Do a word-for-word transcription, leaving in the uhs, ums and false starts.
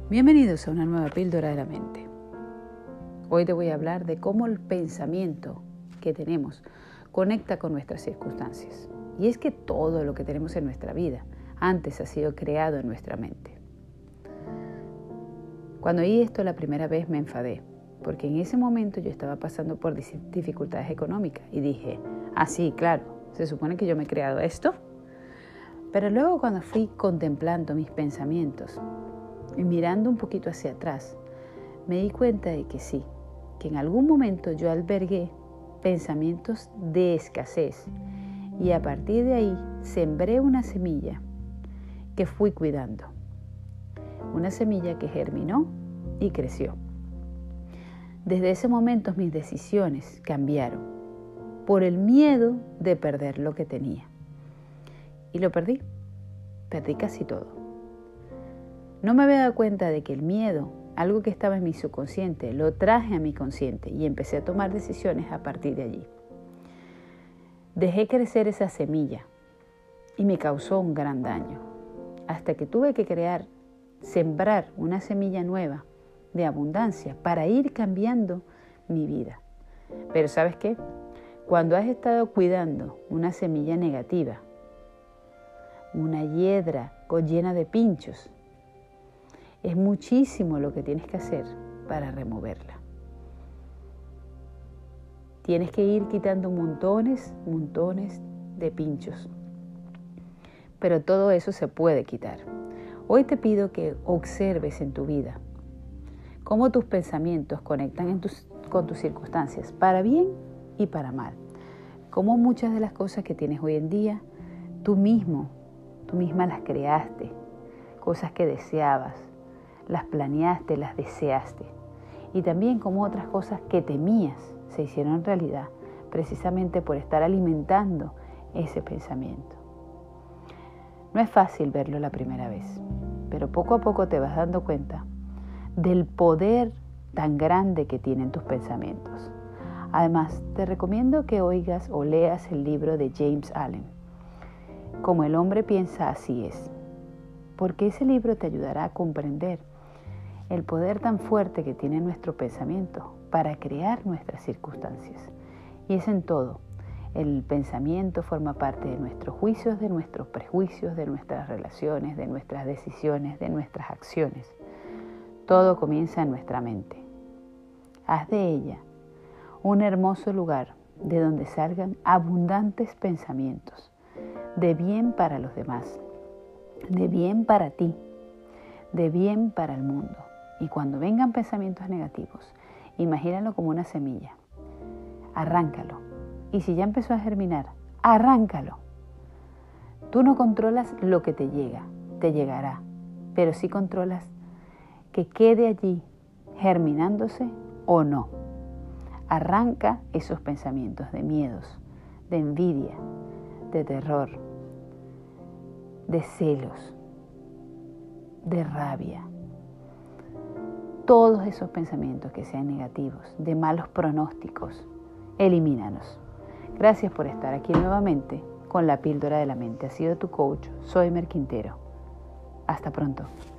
Bienvenidos a una nueva píldora de la mente. Hoy te voy a hablar de cómo el pensamiento que tenemos conecta con nuestras circunstancias. Y es que todo lo que tenemos en nuestra vida antes ha sido creado en nuestra mente. Cuando oí esto la primera vez me enfadé, porque en ese momento yo estaba pasando por dificultades económicas y dije, ah sí, claro, se supone que yo me he creado esto. Pero luego cuando fui contemplando mis pensamientos y mirando un poquito hacia atrás, me di cuenta de que sí, que en algún momento yo albergué pensamientos de escasez y a partir de ahí sembré una semilla que fui cuidando. Una semilla que germinó y creció. Desde ese momento mis decisiones cambiaron por el miedo de perder lo que tenía. Y lo perdí, perdí casi todo. No me había dado cuenta de que el miedo, algo que estaba en mi subconsciente, lo traje a mi consciente y empecé a tomar decisiones a partir de allí. Dejé crecer esa semilla y me causó un gran daño, hasta que tuve que crear, sembrar una semilla nueva de abundancia para ir cambiando mi vida. Pero ¿sabes qué? Cuando has estado cuidando una semilla negativa, una hiedra llena de pinchos, es muchísimo lo que tienes que hacer para removerla. Tienes que ir quitando montones, montones de pinchos. Pero todo eso se puede quitar. Hoy te pido que observes en tu vida cómo tus pensamientos conectan en tus, con tus circunstancias, para bien y para mal. Cómo muchas de las cosas que tienes hoy en día, tú mismo, tú misma las creaste. Cosas que deseabas, las planeaste, las deseaste. Y también como otras cosas que temías se hicieron realidad, precisamente por estar alimentando ese pensamiento. No es fácil verlo la primera vez, pero poco a poco te vas dando cuenta del poder tan grande que tienen tus pensamientos. Además, te recomiendo que oigas o leas el libro de James Allen, Como el hombre piensa, así es, porque ese libro te ayudará a comprender el poder tan fuerte que tiene nuestro pensamiento para crear nuestras circunstancias. Y es en todo. El pensamiento forma parte de nuestros juicios, de nuestros prejuicios, de nuestras relaciones, de nuestras decisiones, de nuestras acciones. Todo comienza en nuestra mente. Haz de ella un hermoso lugar de donde salgan abundantes pensamientos, de bien para los demás, de bien para ti, de bien para el mundo. Y cuando vengan pensamientos negativos, imagínalo como una semilla. Arráncalo. Y si ya empezó a germinar, arráncalo. Tú no controlas lo que te llega, te llegará, pero sí controlas que quede allí germinándose o no. Arranca esos pensamientos de miedos, de envidia, de terror, de celos, de rabia. Todos esos pensamientos que sean negativos, de malos pronósticos, elimínalos. Gracias por estar aquí nuevamente con la píldora de la mente. Ha sido tu coach, Soymer Quintero. Hasta pronto.